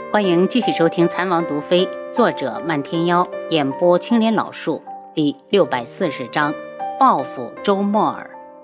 欢迎继续收听《残王毒妃》，作者漫天妖，演播青莲老树，第640章报复周默尔。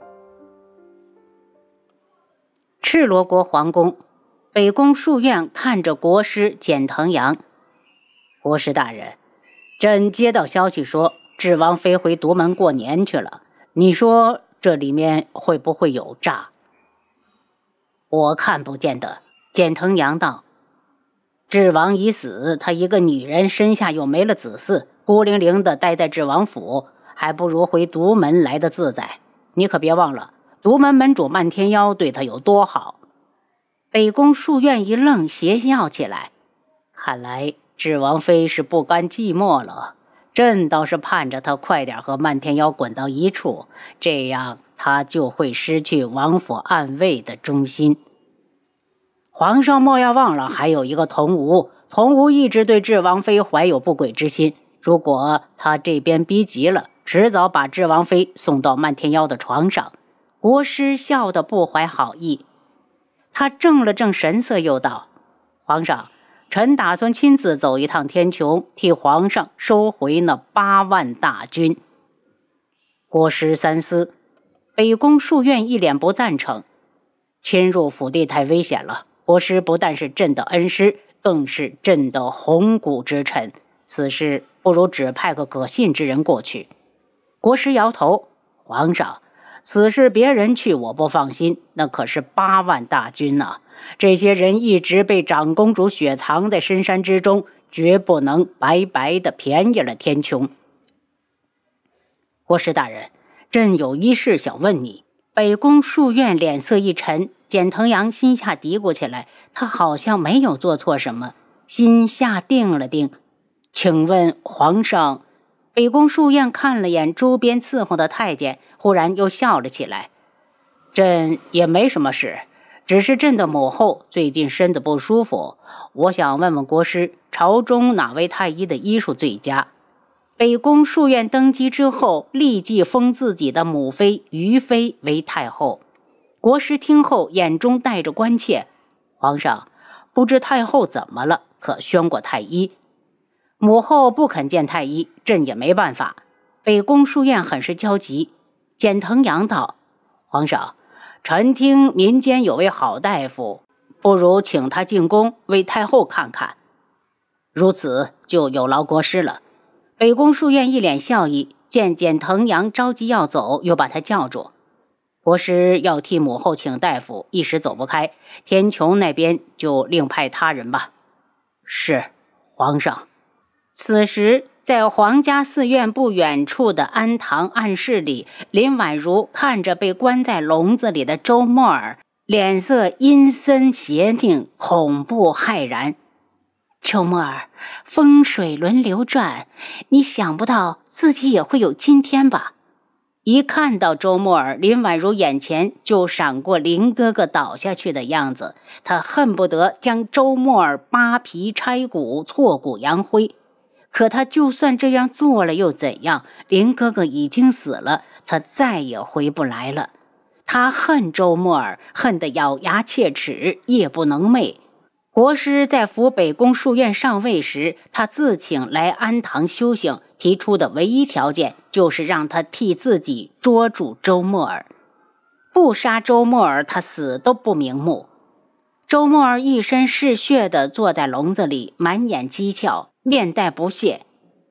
赤罗国皇宫，北宫书院看着国师简腾阳。国师大人，朕接到消息说智王妃回独门过年去了，你说这里面会不会有诈？我看不见得。简腾阳道，智王已死，她一个女人身下又没了子嗣，孤零零地待在智王府，还不如回独门来的自在。你可别忘了，独门门主漫天妖对她有多好。北宫书院一愣，邪笑起来。看来智王妃是不甘寂寞了，朕倒是盼着她快点和漫天妖滚到一处，这样她就会失去王府暗卫的忠心。皇上莫要忘了，还有一个童无，童无一直对智王妃怀有不轨之心，如果他这边逼急了，迟早把智王妃送到漫天妖的床上。国师笑得不怀好意，他正了正神色，又道：皇上，臣打算亲自走一趟天穹，替皇上收回那8万大军。国师三思。北宫书院一脸不赞成，侵入府地太危险了，国师不但是朕的恩师，更是朕的红骨之臣，此事不如指派个可信之人过去。国师摇头，皇上，此事别人去我不放心，那可是8万大军啊，这些人一直被长公主雪藏在深山之中，绝不能白白的便宜了天穹。国师大人，朕有一事想问你。北宫书院脸色一沉，简腾阳心下嘀咕起来，他好像没有做错什么，心下定了定。请问皇上？北宫书院看了眼周边伺候的太监，忽然又笑了起来。朕也没什么事，只是朕的母后最近身子不舒服，我想问问国师，朝中哪位太医的医术最佳？北宫书院登基之后，立即封自己的母妃于妃为太后。国师听后，眼中带着关切。皇上，不知太后怎么了，可宣过太医？母后不肯见太医，朕也没办法。北宫书院很是焦急。简腾阳道：皇上，臣听民间有位好大夫，不如请他进宫为太后看看。如此就有劳国师了。北宫书院一脸笑意，见简腾阳着急要走，又把他叫住。国师要替母后请大夫，一时走不开，天穹那边就另派他人吧。是，皇上。此时在皇家寺院不远处的安堂暗室里，林婉如看着被关在笼子里的周默尔，脸色阴森邪佞，恐怖骇然。周默尔，风水轮流转，你想不到自己也会有今天吧？一看到周默尔，林婉如眼前就闪过林哥哥倒下去的样子，她恨不得将周默尔扒皮拆骨，挫骨扬灰。可他就算这样做了又怎样？林哥哥已经死了，他再也回不来了。他恨周默尔，恨得咬牙切齿，夜不能寐。国师在扶北宫书院上位时，他自请来安堂修行，提出的唯一条件就是让他替自己捉住周默尔，不杀周默尔，他死都不瞑目。周默尔一身是血地坐在笼子里，满眼讥诮，面带不屑。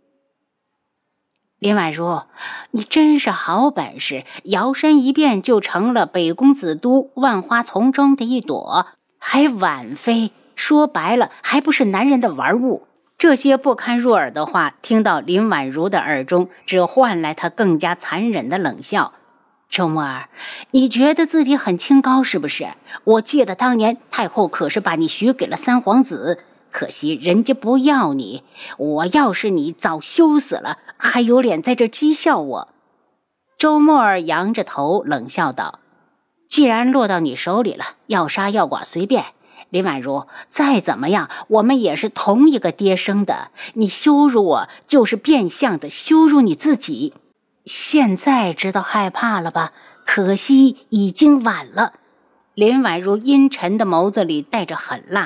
林婉如，你真是好本事，摇身一变就成了北宫子都万花丛中的一朵，还婉妃，说白了还不是男人的玩物。这些不堪入耳的话听到林婉如的耳中，只换来她更加残忍的冷笑。周默尔，你觉得自己很清高是不是？我记得当年太后可是把你许给了三皇子，可惜人家不要你，我要是你早羞死了，还有脸在这讥笑我。周默尔扬着头冷笑道，既然落到你手里了，要杀要剐随便。林婉如，再怎么样我们也是同一个爹生的，你羞辱我就是变相的羞辱你自己。现在知道害怕了吧？可惜已经晚了。林婉如阴沉的眸子里带着狠辣。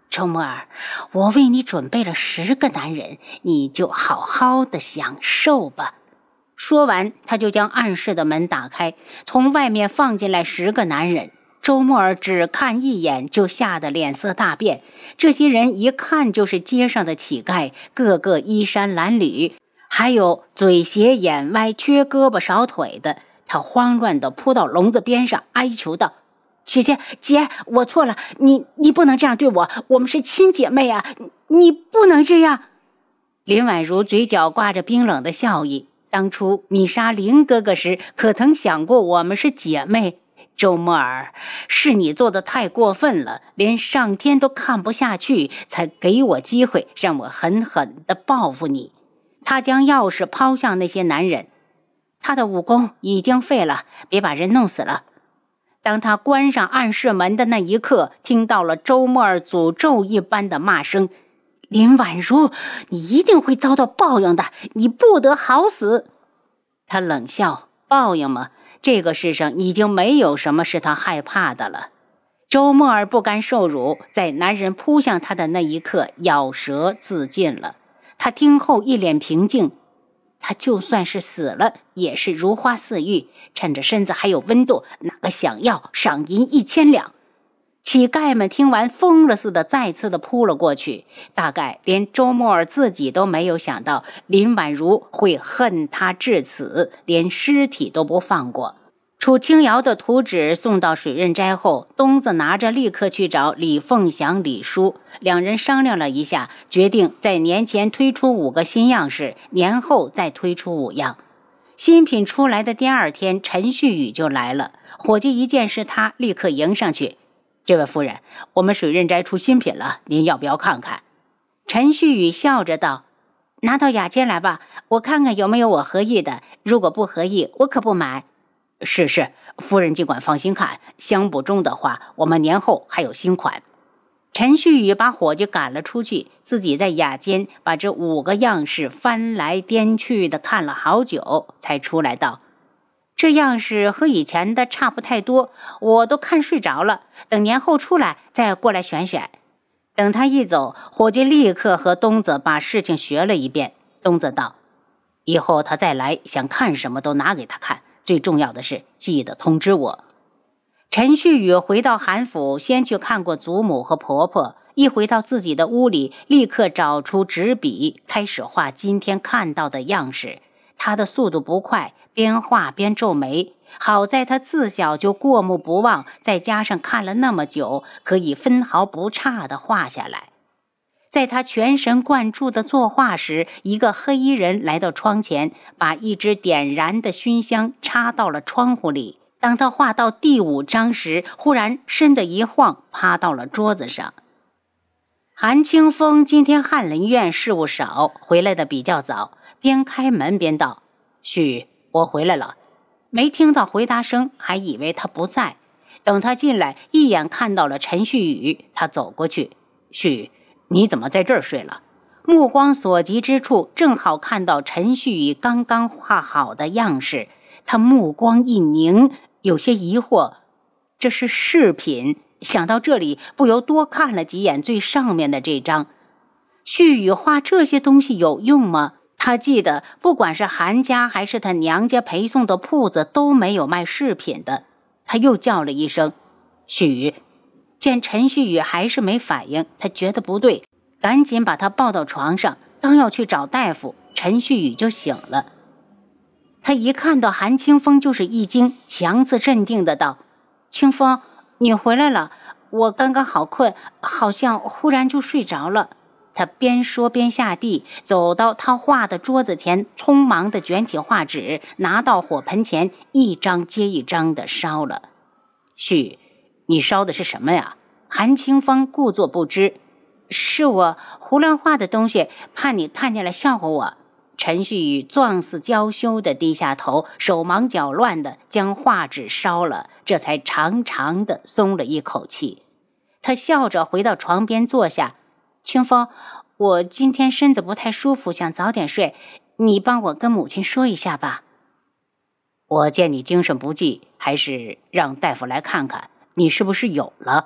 周沫儿，我为你准备了10个男人，你就好好的享受吧。说完，他就将暗室的门打开，从外面放进来10个男人。周沫儿只看一眼就吓得脸色大变，这些人一看就是街上的乞丐，个个衣衫褴褛，还有嘴斜眼歪、缺胳膊少腿的。他慌乱地扑到笼子边上，哀求道：姐，我错了，你不能这样对我，我们是亲姐妹啊，你不能这样。林婉如嘴角挂着冰冷的笑意，当初你杀林哥哥时，可曾想过我们是姐妹？周沫儿，是你做的太过分了，连上天都看不下去，才给我机会让我狠狠地报复你。他将钥匙抛向那些男人，他的武功已经废了，别把人弄死了。当他关上暗室门的那一刻，听到了周沫儿诅咒一般的骂声：林婉如，你一定会遭到报应的，你不得好死。他冷笑：报应吗？这个世上已经没有什么是他害怕的了。周沫儿不甘受辱，在男人扑向他的那一刻咬舌自尽了。他听后一脸平静，他就算是死了也是如花似玉，趁着身子还有温度，哪个想要赏银1000两。乞丐们听完疯了似的再次的扑了过去，大概连周沫儿自己都没有想到林婉如会恨他至此，连尸体都不放过。楚清瑶的图纸送到水润斋后，东子拿着立刻去找李凤祥、李叔，两人商量了一下，决定在年前推出5个新样式，年后再推出5样。新品出来的第2天，陈旭宇就来了，伙计一见是他，立刻迎上去：这位夫人，我们水润斋出新品了，您要不要看看？陈旭宇笑着道：拿到雅间来吧，我看看有没有我合意的，如果不合意，我可不买。是，夫人尽管放心看，相不中的话，我们年后还有新款。陈旭宇把伙计赶了出去，自己在雅间把这5个样式翻来颠去的看了好久，才出来道：这样式和以前的差不太多，我都看睡着了，等年后出来再过来选选。等他一走，伙计立刻和东子把事情学了一遍。东子道：以后他再来，想看什么都拿给他看，最重要的是记得通知我。陈旭宇回到韩府，先去看过祖母和婆婆，一回到自己的屋里，立刻找出纸笔，开始画今天看到的样式。他的速度不快，边画边皱眉，好在他自小就过目不忘，再加上看了那么久，可以分毫不差地画下来。在他全神贯注地作画时，一个黑衣人来到窗前，把一支点燃的熏香插到了窗户里。当他画到第5张时，忽然身子一晃，趴到了桌子上。韩清风今天翰林院事务少，回来的比较早，边开门边道：旭，我回来了。没听到回答声，还以为他不在。等他进来，一眼看到了陈旭宇，他走过去：旭，你怎么在这儿睡了？目光所及之处，正好看到陈旭宇刚刚画好的样式。他目光一凝，有些疑惑，这是饰品。想到这里，不由多看了几眼最上面的这张。旭宇画这些东西有用吗？他记得不管是韩家还是他娘家陪送的铺子都没有卖饰品的。他又叫了一声：旭宇。见陈旭宇还是没反应，他觉得不对，赶紧把他抱到床上，刚要去找大夫，陈旭宇就醒了。他一看到韩清风就是一惊，强自镇定的道：清风，你回来了，我刚刚好困，好像忽然就睡着了。他边说边下地，走到他画的桌子前，匆忙地卷起画纸，拿到火盆前，一张接一张地烧了。旭，你烧的是什么呀？韩清风故作不知：是我胡乱画的东西，怕你看见了笑话我。陈旭宇状似娇羞地低下头，手忙脚乱地将画纸烧了，这才长长地松了一口气。他笑着回到床边坐下：清风，我今天身子不太舒服，想早点睡，你帮我跟母亲说一下吧。我见你精神不济，还是让大夫来看看，你是不是有了？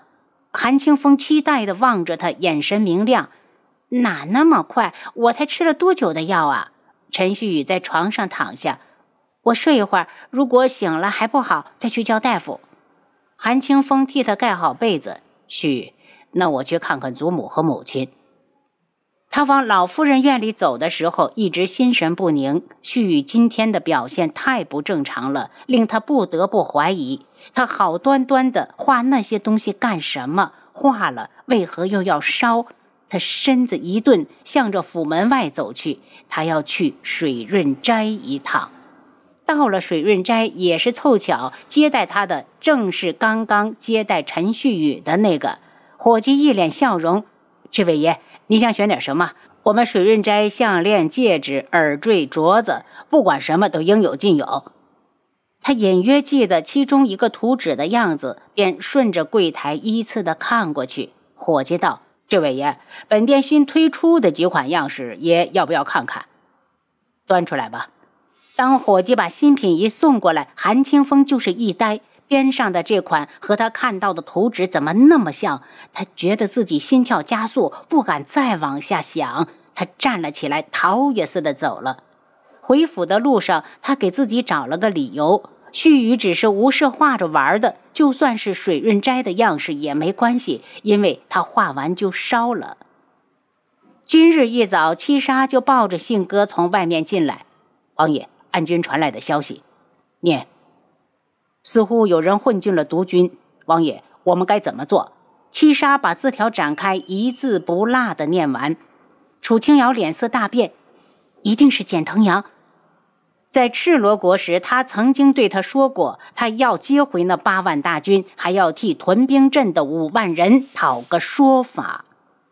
韩清风期待地望着他，眼神明亮。哪那么快？我才吃了多久的药啊？陈旭宇在床上躺下，我睡一会儿，如果醒了还不好，再去叫大夫。韩清风替他盖好被子。旭宇，那我去看看祖母和母亲。他往老夫人院里走的时候，一直心神不宁。旭宇今天的表现太不正常了，令他不得不怀疑，他好端端的画那些东西干什么？画了，为何又要烧？他身子一顿，向着府门外走去。他要去水润斋一趟。到了水润斋，也是凑巧，接待他的正是刚刚接待陈旭宇的那个伙计，一脸笑容。这位爷，你想选点什么？我们水润斋项链、戒指、耳坠、镯子，不管什么都应有尽有。他隐约记得其中一个图纸的样子，便顺着柜台依次的看过去。伙计道：这位爷，本店新推出的几款样式，爷要不要看看？端出来吧。当伙计把新品一送过来，韩清风就是一呆，边上的这款和他看到的图纸怎么那么像？他觉得自己心跳加速，不敢再往下想。他站了起来，逃也似的走了。回府的路上，他给自己找了个理由，旭宇只是无事画着玩的，就算是水润斋的样式也没关系，因为他画完就烧了。今日一早，七杀就抱着信鸽从外面进来。王爷，暗军传来的消息。念，似乎有人混进了毒军。王爷，我们该怎么做？七杀把字条展开，一字不落地念完。楚清瑶脸色大变，一定是简藤阳。在赤罗国时，他曾经对他说过，他要接回那8万大军，还要替屯兵镇的5万人讨个说法。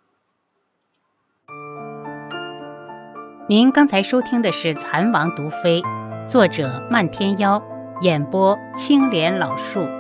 您刚才收听的是《蚕王毒妃》，作者漫天妖，演播青莲老树。